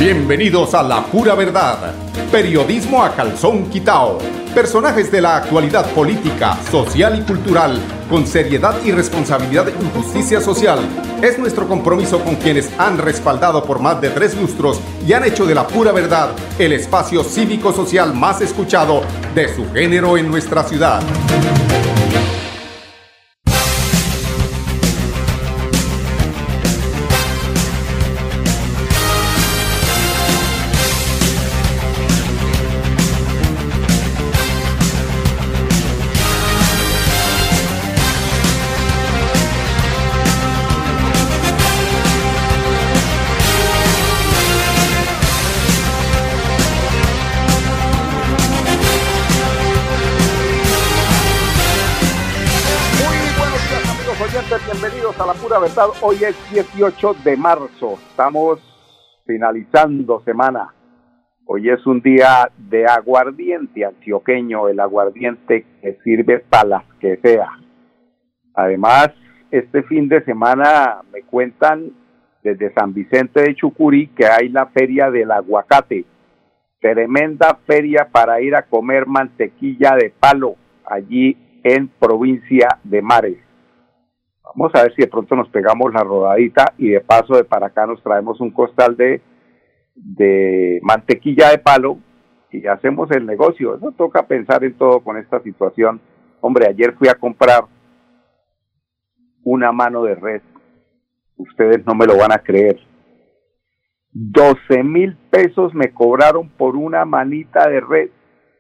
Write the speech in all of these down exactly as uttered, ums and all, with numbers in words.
Bienvenidos a La Pura Verdad, periodismo a calzón quitao. Personajes de la actualidad política, social y cultural, con seriedad y responsabilidad en justicia social. Es nuestro compromiso con quienes han respaldado por más de tres lustros y han hecho de La Pura Verdad el espacio cívico-social más escuchado de su género en nuestra ciudad. Bienvenidos a La Pura Verdad. Hoy es dieciocho de marzo, estamos finalizando semana. Hoy es un día de aguardiente antioqueño, el aguardiente que sirve para las que sea. Además, este fin de semana me cuentan desde San Vicente de Chucurí que hay la feria del aguacate, tremenda feria para ir a comer mantequilla de palo allí en provincia de Mares. Vamos a ver si de pronto nos pegamos la rodadita y de paso de para acá nos traemos un costal de, de mantequilla de palo y hacemos el negocio. Eso toca pensar en todo con esta situación. Hombre, ayer fui a comprar una mano de res. Ustedes no me lo van a creer. doce mil pesos me cobraron por una manita de res.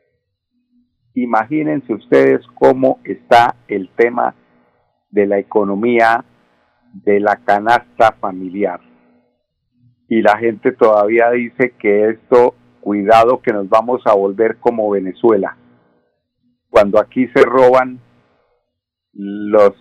Imagínense ustedes cómo está el tema de la economía de la canasta familiar. Y la gente todavía dice que esto, cuidado que nos vamos a volver como Venezuela, cuando aquí se roban los,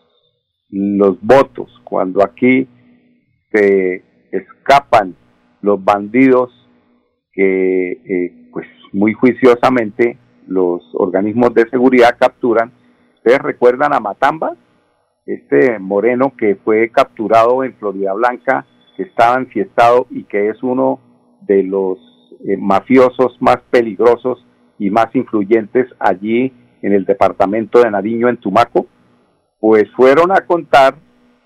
los votos, cuando aquí se escapan los bandidos que eh, pues muy juiciosamente los organismos de seguridad capturan. ¿Ustedes recuerdan a Matamba? Este moreno que fue capturado en Florida Blanca, que estaba enfiestado y que es uno de los eh, mafiosos más peligrosos y más influyentes allí en el departamento de Nariño, en Tumaco, pues fueron a contar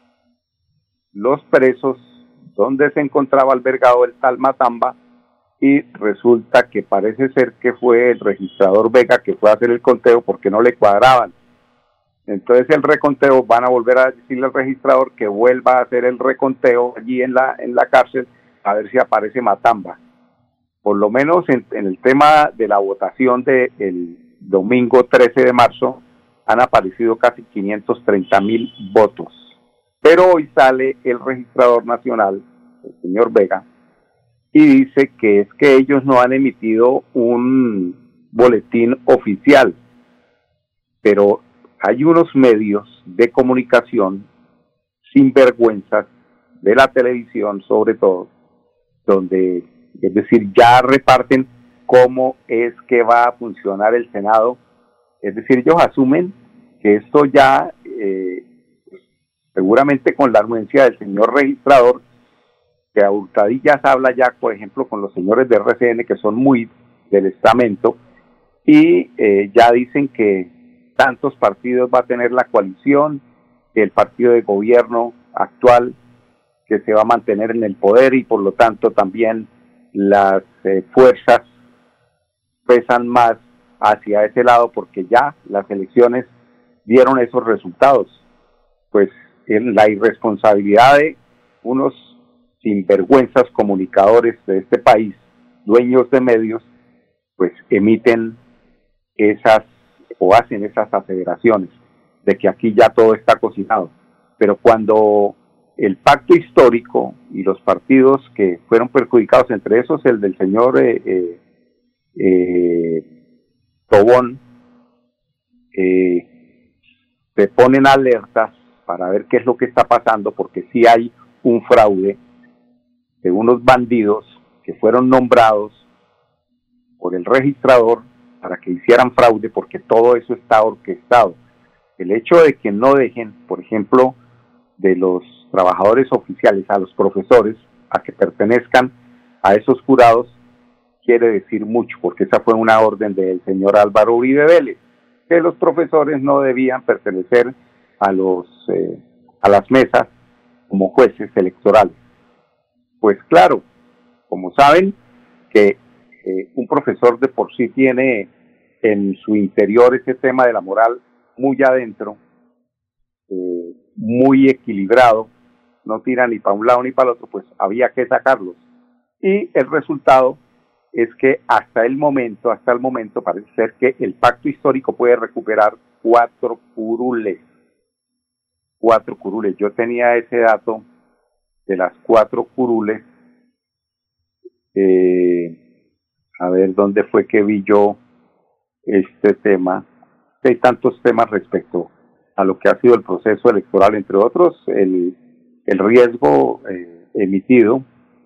los presos donde se encontraba albergado el tal Matamba y resulta que parece ser que fue el registrador Vega que fue a hacer el conteo porque no le cuadraban. Entonces el reconteo, van a volver a decirle al registrador que vuelva a hacer el reconteo allí en la en la cárcel a ver si aparece Matamba. Por lo menos en, en el tema de la votación del domingo trece de marzo han aparecido casi quinientos treinta mil votos. Pero hoy sale el registrador nacional, el señor Vega, y dice que es que ellos no han emitido un boletín oficial, pero hay unos medios de comunicación sinvergüenzas de la televisión sobre todo, donde, es decir, ya reparten cómo es que va a funcionar el Senado. Es decir, ellos asumen que esto ya, eh, seguramente con la anuencia del señor registrador, que a hurtadillas habla ya, por ejemplo, con los señores de R C N, que son muy del estamento, y eh, ya dicen que tantos partidos va a tener la coalición, el partido de gobierno actual que se va a mantener en el poder y por lo tanto también las eh, fuerzas pesan más hacia ese lado porque ya las elecciones dieron esos resultados. Pues en la irresponsabilidad de unos sinvergüenzas comunicadores de este país, dueños de medios, pues emiten esas o hacen esas aseveraciones de que aquí ya todo está cocinado. Pero cuando el pacto histórico y los partidos que fueron perjudicados, entre esos el del señor eh, eh, eh, Tobón, eh, se ponen alertas para ver qué es lo que está pasando, porque sí hay un fraude de unos bandidos que fueron nombrados por el registrador para que hicieran fraude, porque todo eso está orquestado. El hecho de que no dejen, por ejemplo, de los trabajadores oficiales a los profesores a que pertenezcan a esos jurados quiere decir mucho, porque esa fue una orden del señor Álvaro Uribe Vélez, que los profesores no debían pertenecer a los eh, a las mesas como jueces electorales. Pues claro, como saben que eh, un profesor de por sí tiene en su interior ese tema de la moral muy adentro, eh, muy equilibrado, no tira ni para un lado ni para el otro, pues había que sacarlos. Y el resultado es que hasta el momento, hasta el momento parece ser que el pacto histórico puede recuperar cuatro curules. Cuatro curules. Yo tenía ese dato de las cuatro curules. Eh, a ver dónde fue que vi yo este tema. Hay tantos temas respecto a lo que ha sido el proceso electoral, entre otros, el, el riesgo eh, emitido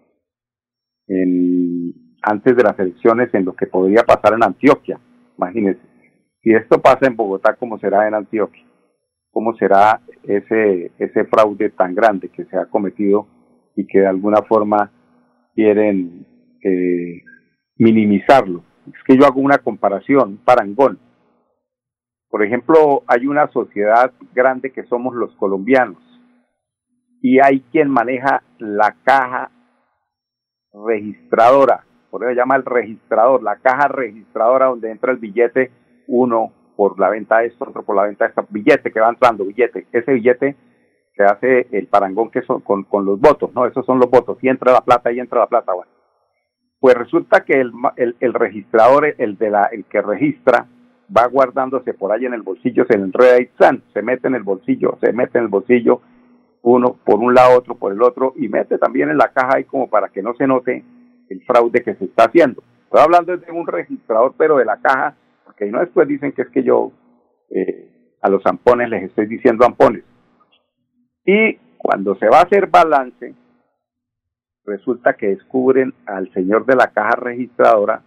en, antes de las elecciones en lo que podría pasar en Antioquia. Imagínense, si esto pasa en Bogotá, ¿cómo será en Antioquia? ¿Cómo será ese, ese fraude tan grande que se ha cometido y que de alguna forma quieren eh, minimizarlo? Es que yo hago una comparación, un parangón. Por ejemplo, hay una sociedad grande que somos los colombianos y hay quien maneja la caja registradora, por eso se llama el registrador, la caja registradora donde entra el billete, uno por la venta de esto, otro por la venta de este billete que va entrando, billete, ese billete se hace el parangón que son con, con los votos, ¿no? Esos son los votos, y entra la plata, y entra la plata, bueno. Pues resulta que el, el, el registrador, el de la, el que registra, va guardándose por ahí en el bolsillo, se le enreda y ¡zan! Se mete en el bolsillo, se mete en el bolsillo, uno por un lado, otro por el otro, y mete también en la caja ahí como para que no se note el fraude que se está haciendo. Estoy hablando de un registrador, pero de la caja, porque no después dicen que es que yo eh, a los zampones les estoy diciendo ampones. Y cuando se va a hacer balance, resulta que descubren al señor de la caja registradora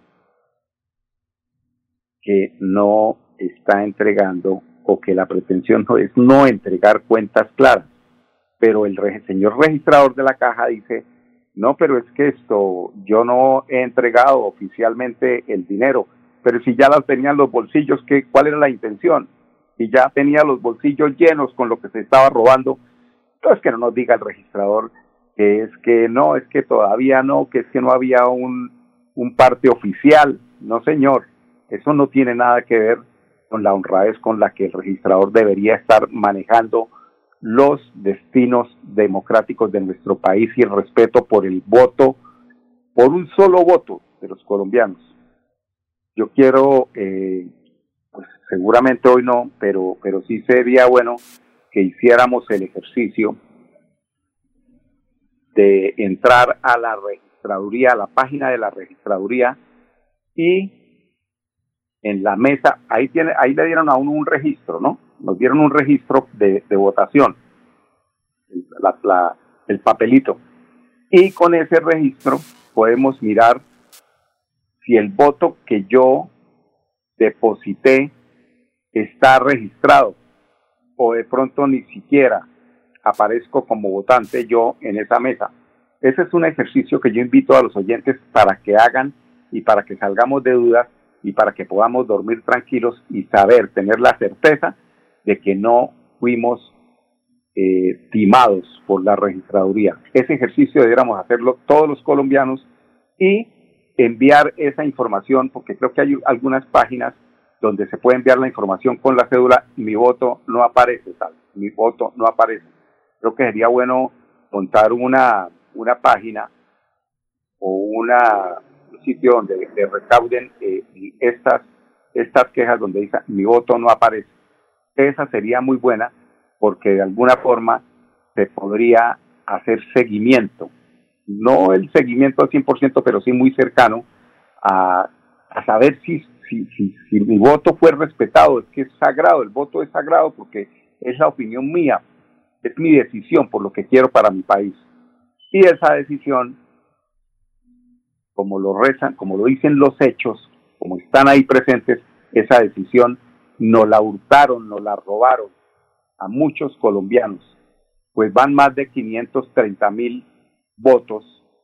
que no está entregando, o que la pretensión no es no entregar cuentas claras. Pero el re- señor registrador de la caja dice, no, pero es que esto, yo no he entregado oficialmente el dinero, pero si ya las tenía en los bolsillos, ¿qué, ¿cuál era la intención? Si ya tenía los bolsillos llenos con lo que se estaba robando, entonces que no nos diga el registrador que es que no, es que todavía no, que es que no había un, un parte oficial. No, señor, eso no tiene nada que ver con la honradez con la que el registrador debería estar manejando los destinos democráticos de nuestro país y el respeto por el voto, por un solo voto de los colombianos. Yo quiero, eh, pues seguramente hoy no, pero, pero sí sería bueno que hiciéramos el ejercicio de entrar a la registraduría, a la página de la registraduría, y en la mesa, ahí tiene, ahí le dieron a uno un registro, ¿no? Nos dieron un registro de, de votación, la, la, el papelito, y con ese registro podemos mirar si el voto que yo deposité está registrado, o de pronto ni siquiera aparezco como votante yo en esa mesa. Ese es un ejercicio que yo invito a los oyentes para que hagan y para que salgamos de dudas y para que podamos dormir tranquilos y saber, tener la certeza de que no fuimos eh, timados por la registraduría. Ese ejercicio deberíamos hacerlo todos los colombianos y enviar esa información, porque creo que hay algunas páginas donde se puede enviar la información con la cédula, mi voto no aparece, tal, mi voto no aparece. Creo que sería bueno montar una, una página o una, un sitio donde se recauden eh, estas, estas quejas donde dice mi voto no aparece. Esa sería muy buena porque de alguna forma se podría hacer seguimiento, no el seguimiento al cien por ciento, pero sí muy cercano a, a saber si, si, si, si mi voto fue respetado. Es que es sagrado, el voto es sagrado porque es la opinión mía, es mi decisión por lo que quiero para mi país. Y esa decisión, como lo rezan, como lo dicen los hechos, como están ahí presentes, esa decisión nos la hurtaron, nos la robaron a muchos colombianos, pues van más de quinientos treinta mil votos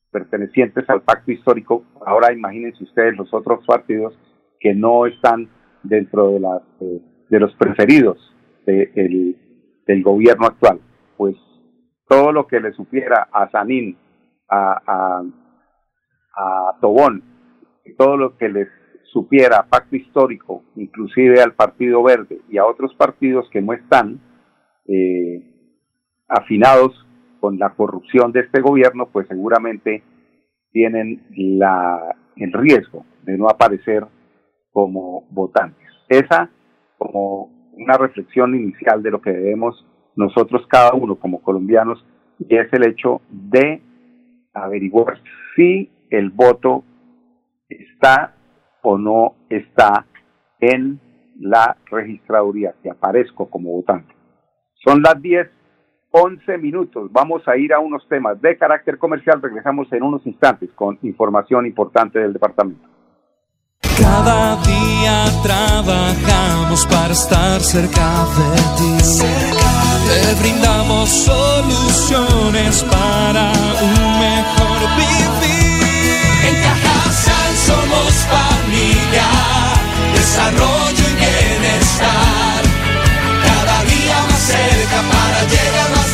pertenecientes al pacto histórico. Ahora imagínense ustedes los otros partidos que no están dentro de, las, eh, de los preferidos de, el, del gobierno actual. Pues todo lo que le supiera a Sanín, a, a, a Tobón, todo lo que les supiera a Pacto Histórico, inclusive al Partido Verde y a otros partidos que no están eh, afinados con la corrupción de este gobierno, pues seguramente tienen la, el riesgo de no aparecer como votantes. Esa como una reflexión inicial de lo que debemos nosotros cada uno como colombianos, y es el hecho de averiguar si el voto está o no está en la registraduría, si aparezco como votante. Son las diez, once minutos. Vamos a ir a unos temas de carácter comercial. Regresamos en unos instantes con información importante del departamento. Cada día trabajamos para estar cerca de ti. Te brindamos soluciones para un mejor vivir. En Cajasal somos familia, desarrollo y bienestar. Cada día más cerca para llegar más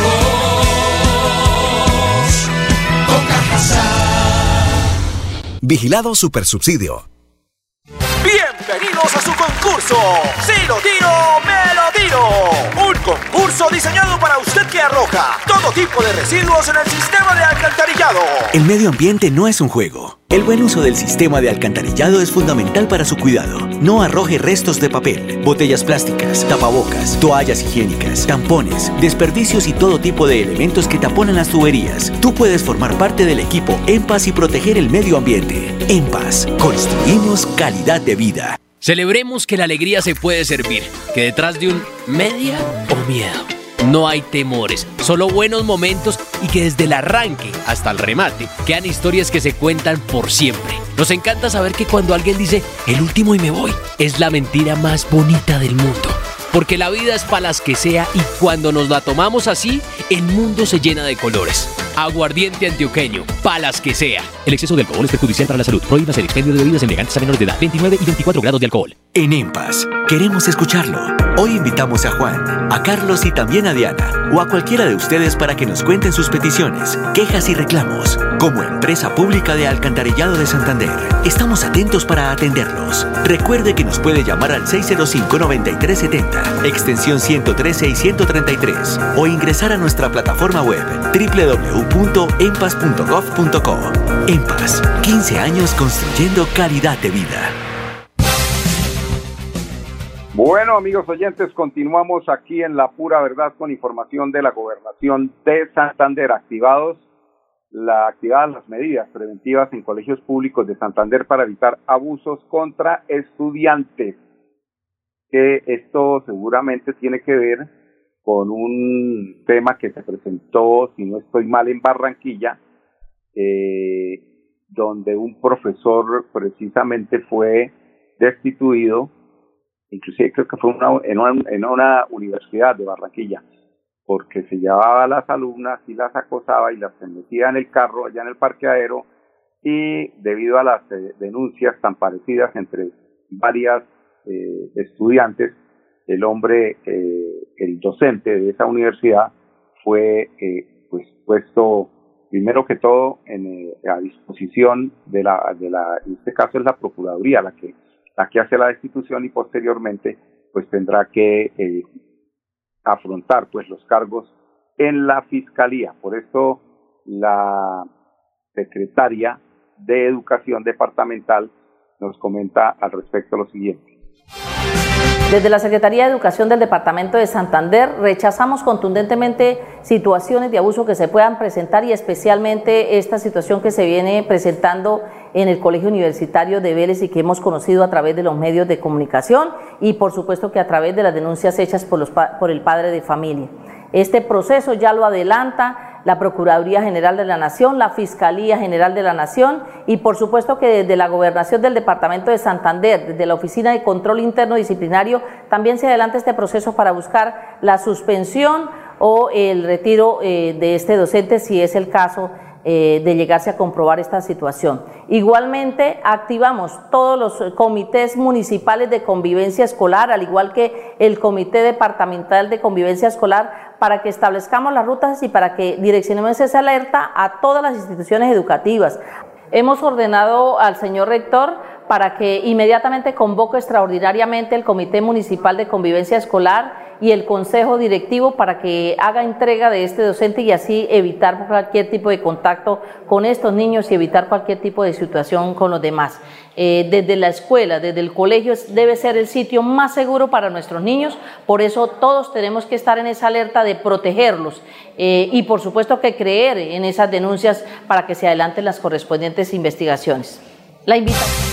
lejos. Con Cajasal. Vigilado Supersubsidio. Bienvenidos a su concurso. Si lo tiro, me lo tiro. Un concurso diseñado para usted que arroja todo tipo de residuos en el sistema de alcantarillado. El medio ambiente no es un juego. El buen uso del sistema de alcantarillado es fundamental para su cuidado. No arroje restos de papel, botellas plásticas, tapabocas, toallas higiénicas, tampones, desperdicios y todo tipo de elementos que taponan las tuberías. Tú puedes formar parte del equipo En Paz y proteger el medio ambiente. En Paz, construimos calidad de vida. Celebremos que la alegría se puede servir, que detrás de un media o miedo no hay temores, solo buenos momentos, y que desde el arranque hasta el remate quedan historias que se cuentan por siempre. Nos encanta saber que cuando alguien dice el último y me voy, es la mentira más bonita del mundo. Porque la vida es para las que sea, y cuando nos la tomamos así, el mundo se llena de colores. Aguardiente antioqueño, palas que sea. El exceso de alcohol es perjudicial para la salud. Prohíbas el expendio de bebidas elegantes a menores de edad. veintinueve y veinticuatro grados de alcohol. En En Paz, queremos escucharlo. Hoy invitamos a Juan, a Carlos y también a Diana, o a cualquiera de ustedes para que nos cuenten sus peticiones, quejas y reclamos. Como empresa pública de Alcantarillado de Santander, estamos atentos para atenderlos. Recuerde que nos puede llamar al seis cero cinco, nueve tres siete cero, extensión ciento trece y ciento treinta y tres, o ingresar a nuestra plataforma web doble u doble u doble u punto en paz punto gov punto co. En Paz, quince años construyendo calidad de vida. Bueno, amigos oyentes, continuamos aquí en La Pura Verdad con información de la Gobernación de Santander. Activados, la, activadas las medidas preventivas en colegios públicos de Santander para evitar abusos contra estudiantes. Que esto seguramente tiene que ver con un tema que se presentó, si no estoy mal, en Barranquilla, eh, donde un profesor precisamente fue destituido. Inclusive creo que fue una, en, una, en una universidad de Barranquilla, porque se llevaba a las alumnas y las acosaba y las metía en el carro allá en el parqueadero, y debido a las eh, denuncias tan parecidas entre varias eh, estudiantes, el hombre, eh, el docente de esa universidad fue eh, pues puesto primero que todo en, eh, a disposición de la, de la, en este caso es la Procuraduría la que la que hace la destitución, y posteriormente pues tendrá que eh, afrontar pues los cargos en la Fiscalía. Por esto la secretaria de Educación Departamental nos comenta al respecto lo siguiente. Desde la Secretaría de Educación del Departamento de Santander rechazamos contundentemente situaciones de abuso que se puedan presentar, y especialmente esta situación que se viene presentando en el Colegio Universitario de Vélez y que hemos conocido a través de los medios de comunicación, y por supuesto que a través de las denuncias hechas por, los, por el padre de familia. Este proceso ya lo adelanta la Procuraduría General de la Nación, la Fiscalía General de la Nación, y por supuesto que desde la Gobernación del Departamento de Santander, desde la Oficina de Control Interno Disciplinario, también se adelanta este proceso para buscar la suspensión o el retiro eh, de este docente, si es el caso eh, de llegarse a comprobar esta situación. Igualmente, activamos todos los comités municipales de convivencia escolar, al igual que el comité departamental de convivencia escolar, para que establezcamos las rutas y para que direccionemos esa alerta a todas las instituciones educativas. Hemos ordenado al señor rector para que inmediatamente convoque extraordinariamente el Comité Municipal de Convivencia Escolar y el Consejo Directivo para que haga entrega de este docente y así evitar cualquier tipo de contacto con estos niños y evitar cualquier tipo de situación con los demás. Eh, desde la escuela, desde el colegio debe ser el sitio más seguro para nuestros niños, por eso todos tenemos que estar en esa alerta de protegerlos eh, y por supuesto que creer en esas denuncias para que se adelanten las correspondientes investigaciones. La invitación.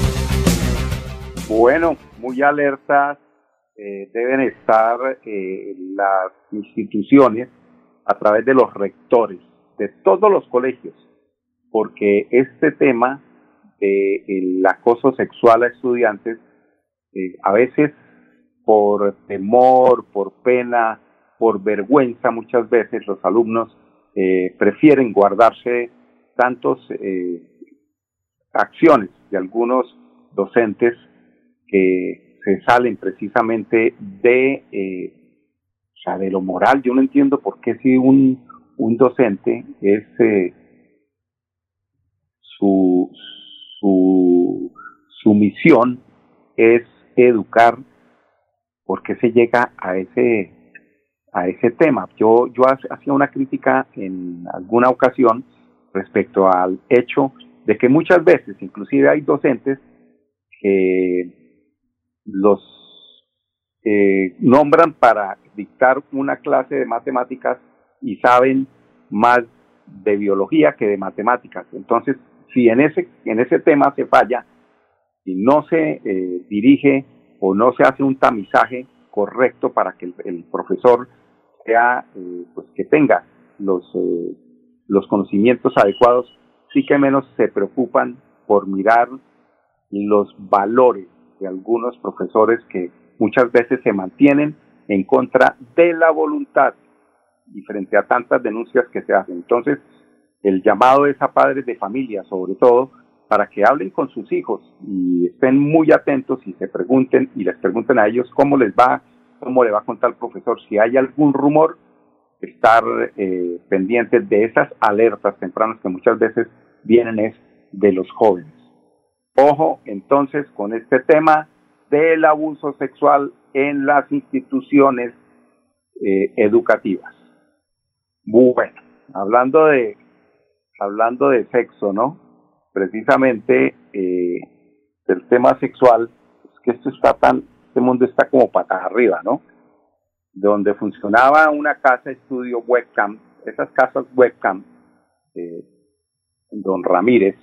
Bueno, muy alertas eh, deben estar eh, las instituciones a través de los rectores de todos los colegios, porque este tema del acoso sexual a estudiantes, eh, a veces por temor, por pena, por vergüenza, muchas veces los alumnos eh, prefieren guardarse tantas eh, acciones de algunos docentes que se salen precisamente de, eh, o sea, de lo moral. Yo no entiendo por qué si un, un docente es eh, su, su, su misión es educar, ¿por qué se llega a ese, a ese tema? Yo, yo hacía una crítica en alguna ocasión respecto al hecho de que muchas veces, inclusive hay docentes que los eh, nombran para dictar una clase de matemáticas y saben más de biología que de matemáticas. Entonces, si en ese en ese tema se falla y no se eh, dirige o no se hace un tamizaje correcto para que el, el profesor sea eh, pues que tenga los eh, los conocimientos adecuados, sí que menos se preocupan por mirar los valores de algunos profesores que muchas veces se mantienen en contra de la voluntad y frente a tantas denuncias que se hacen. Entonces, el llamado es a padres de familia, sobre todo, para que hablen con sus hijos y estén muy atentos y se pregunten y les pregunten a ellos cómo les va, cómo le va a contar el profesor. Si hay algún rumor, estar eh, pendientes de esas alertas tempranas que muchas veces vienen es de los jóvenes. Ojo, entonces, con este tema del abuso sexual en las instituciones eh, educativas. Bueno, hablando de hablando de sexo, ¿no? Precisamente eh, del tema sexual, es que esto está tan, este mundo está como patas arriba, ¿no? Donde funcionaba una casa estudio webcam, esas casas webcam, eh, Don Ramírez,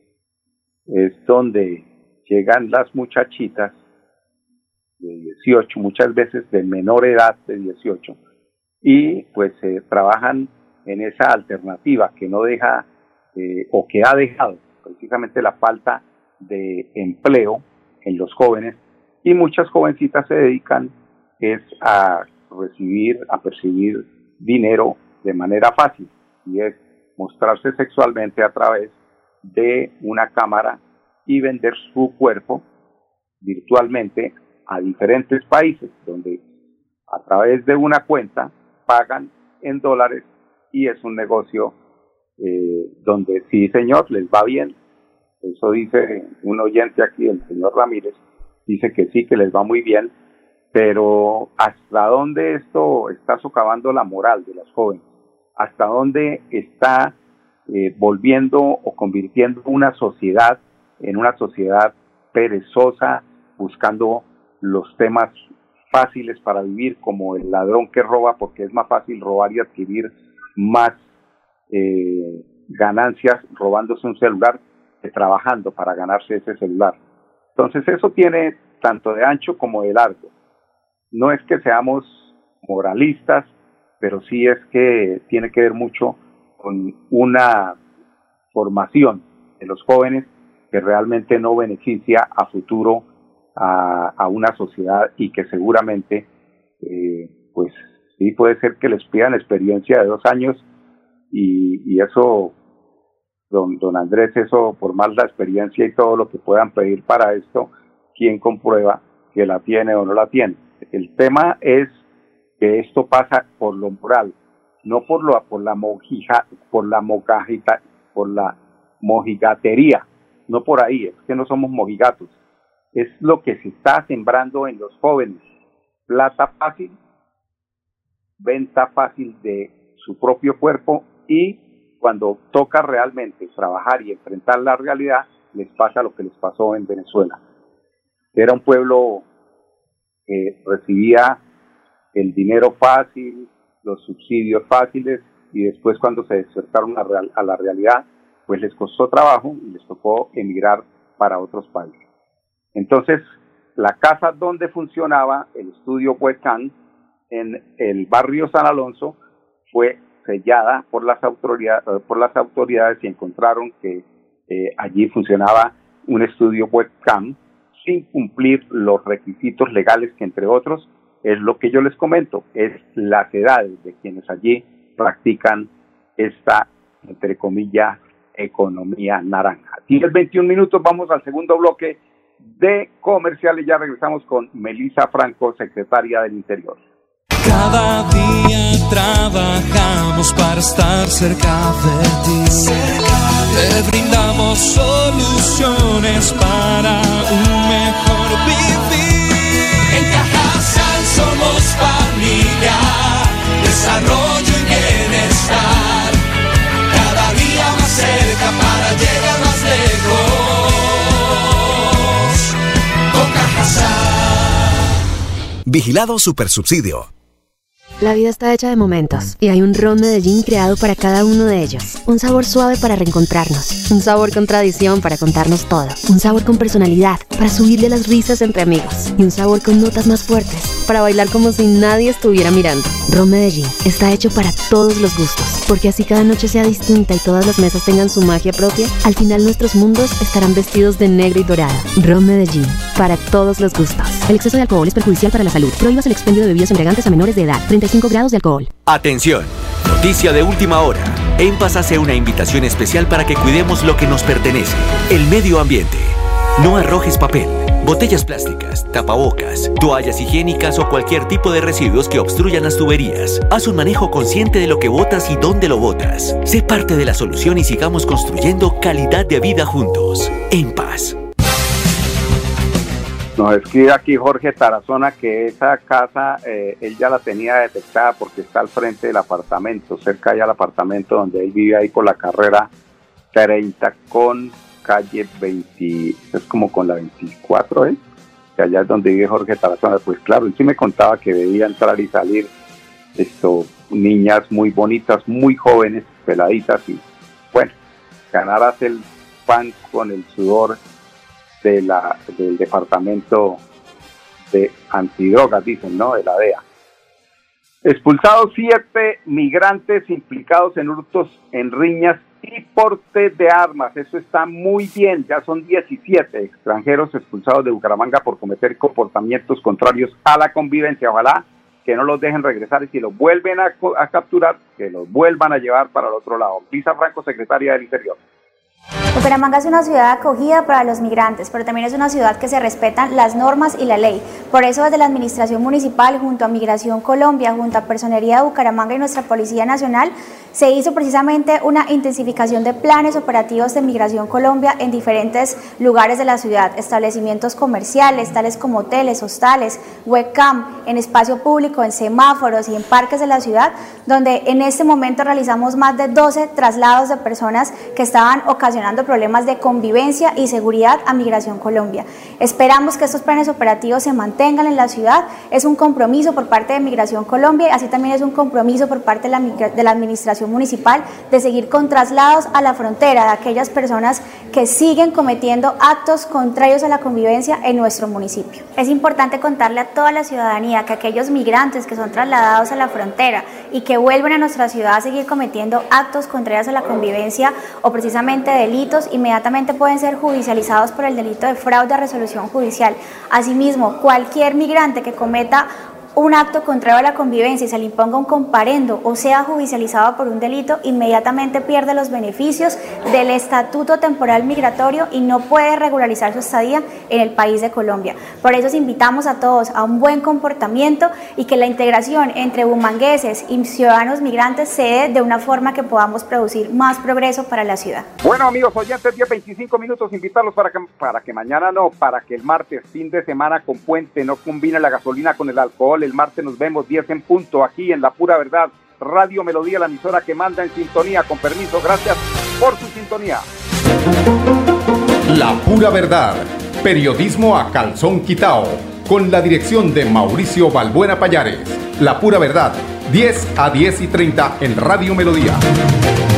es donde llegan las muchachitas de dieciocho, muchas veces de menor edad de dieciocho, y pues eh, trabajan en esa alternativa que no deja eh, o que ha dejado precisamente la falta de empleo en los jóvenes, y muchas jovencitas se dedican es a recibir, a percibir dinero de manera fácil, y es mostrarse sexualmente a través de una cámara y vender su cuerpo virtualmente a diferentes países, donde a través de una cuenta pagan en dólares y es un negocio eh, donde sí, señor, les va bien. Eso dice un oyente aquí, el señor Ramírez, dice que sí, que les va muy bien, pero ¿hasta dónde esto está socavando la moral de los jóvenes? ¿Hasta dónde está eh, volviendo o convirtiendo una sociedad en una sociedad perezosa, buscando los temas fáciles para vivir, como el ladrón que roba porque es más fácil robar y adquirir más eh, ganancias robándose un celular que trabajando para ganarse ese celular? Entonces eso tiene tanto de ancho como de largo. No es que seamos moralistas, pero sí es que tiene que ver mucho con una formación de los jóvenes que realmente no beneficia a futuro a, a una sociedad y que seguramente eh, pues sí puede ser que les pidan experiencia de dos años y, y eso don, don Andrés, eso por más la experiencia y todo lo que puedan pedir para esto, ¿quién comprueba que la tiene o no la tiene? El tema es que esto pasa por lo moral, no por lo por la mojija, por la mocajita, por la mojigatería, no por ahí, es que no somos mojigatos, es lo que se está sembrando en los jóvenes, plata fácil, venta fácil de su propio cuerpo, y cuando toca realmente trabajar y enfrentar la realidad, les pasa lo que les pasó en Venezuela. Era un pueblo que recibía el dinero fácil, los subsidios fáciles, y después cuando se despertaron a, real, a la realidad, pues les costó trabajo y les tocó emigrar para otros países. Entonces, la casa donde funcionaba el estudio webcam en el barrio San Alonso fue sellada por las autoridades, por las autoridades y encontraron que eh, allí funcionaba un estudio webcam sin cumplir los requisitos legales, que entre otros es lo que yo les comento, es las edades de quienes allí practican esta, entre comillas, economía naranja. diez, veintiún minutos, vamos al segundo bloque de comercial y ya regresamos con Melissa Franco, secretaria del Interior. Cada día trabajamos para estar cerca de ti. Te brindamos soluciones para un mejor vivir. En Cajasal somos familia, desarrollo y bienestar. Cada día más cerca para llegar más lejos. Con Cajasal. Vigilado Supersubsidio. La vida está hecha de momentos y hay un ron Medellín creado para cada uno de ellos. Un sabor suave para reencontrarnos, un sabor con tradición para contarnos todo, un sabor con personalidad para subirle las risas entre amigos y un sabor con notas más fuertes para bailar como si nadie estuviera mirando. Ron Medellín está hecho para todos los gustos, porque así cada noche sea distinta y todas las mesas tengan su magia propia. Al final nuestros mundos estarán vestidos de negro y dorado. Ron Medellín, para todos los gustos. El exceso de alcohol es perjudicial para la salud. Prohíbas el expendio de bebidas embriagantes a menores de edad. treinta y cinco grados de alcohol. Atención, noticia de última hora. En Paz hace una invitación especial para que cuidemos lo que nos pertenece, el medio ambiente. No arrojes papel, botellas plásticas, tapabocas, toallas higiénicas o cualquier tipo de residuos que obstruyan las tuberías. Haz un manejo consciente de lo que botas y dónde lo botas. Sé parte de la solución y sigamos construyendo calidad de vida juntos. En Paz. Nos escribe aquí Jorge Tarazona que esa casa eh, él ya la tenía detectada porque está al frente del apartamento, cerca ya del apartamento donde él vive, ahí por la carrera treinta con calle veinte, es como con la veinticuatro, ¿eh? Que allá es donde vive Jorge Tarazona. Pues claro, él sí me contaba que debía entrar y salir esto, niñas muy bonitas, muy jóvenes, peladitas, y bueno, ganarás el pan con el sudor de la, del departamento de antidrogas, dicen, ¿no? De la D E A. Expulsados siete migrantes implicados en hurtos, en riñas y porte de armas. Eso está muy bien, ya son diecisiete extranjeros expulsados de Bucaramanga por cometer comportamientos contrarios a la convivencia. Ojalá que no los dejen regresar y si los vuelven a, a capturar, que los vuelvan a llevar para el otro lado. Melissa Franco, secretaria del Interior. Bucaramanga es una ciudad acogida para los migrantes, pero también es una ciudad que se respetan las normas y la ley. Por eso desde la Administración Municipal, junto a Migración Colombia, junto a Personería de Bucaramanga y nuestra Policía Nacional, se hizo precisamente una intensificación de planes operativos de Migración Colombia en diferentes lugares de la ciudad, establecimientos comerciales, tales como hoteles, hostales, webcam, en espacio público, en semáforos y en parques de la ciudad, donde en este momento realizamos más de doce traslados de personas que estaban ocasionando problemas de convivencia y seguridad a Migración Colombia. Esperamos que estos planes operativos se mantengan en la ciudad. Es un compromiso por parte de Migración Colombia, así también es un compromiso por parte de la, de la Administración Municipal de seguir con traslados a la frontera de aquellas personas que siguen cometiendo actos contrarios a la convivencia en nuestro municipio. Es importante contarle a toda la ciudadanía que aquellos migrantes que son trasladados a la frontera y que vuelven a nuestra ciudad a seguir cometiendo actos contrarios a la convivencia o precisamente delitos, inmediatamente pueden ser judicializados por el delito de fraude a resolución judicial. Asimismo, cualquier migrante que cometa un acto contrario a la convivencia y se le imponga un comparendo o sea judicializado por un delito, inmediatamente pierde los beneficios del estatuto temporal migratorio y no puede regularizar su estadía en el país de Colombia. Por eso os invitamos a todos a un buen comportamiento y que la integración entre bumangueses y ciudadanos migrantes se dé de una forma que podamos producir más progreso para la ciudad. Bueno, amigos oyentes, diez veinticinco minutos, invitarlos para que, para que mañana no, para que el martes, fin de semana con puente, no combine la gasolina con el alcohol. El martes nos vemos diez en punto aquí en La Pura Verdad, Radio Melodía, la emisora que manda en sintonía. Con permiso, gracias por su sintonía. La Pura Verdad, periodismo a calzón quitao, con la dirección de Mauricio Balbuena Payares. La Pura Verdad, diez a diez y treinta en Radio Melodía.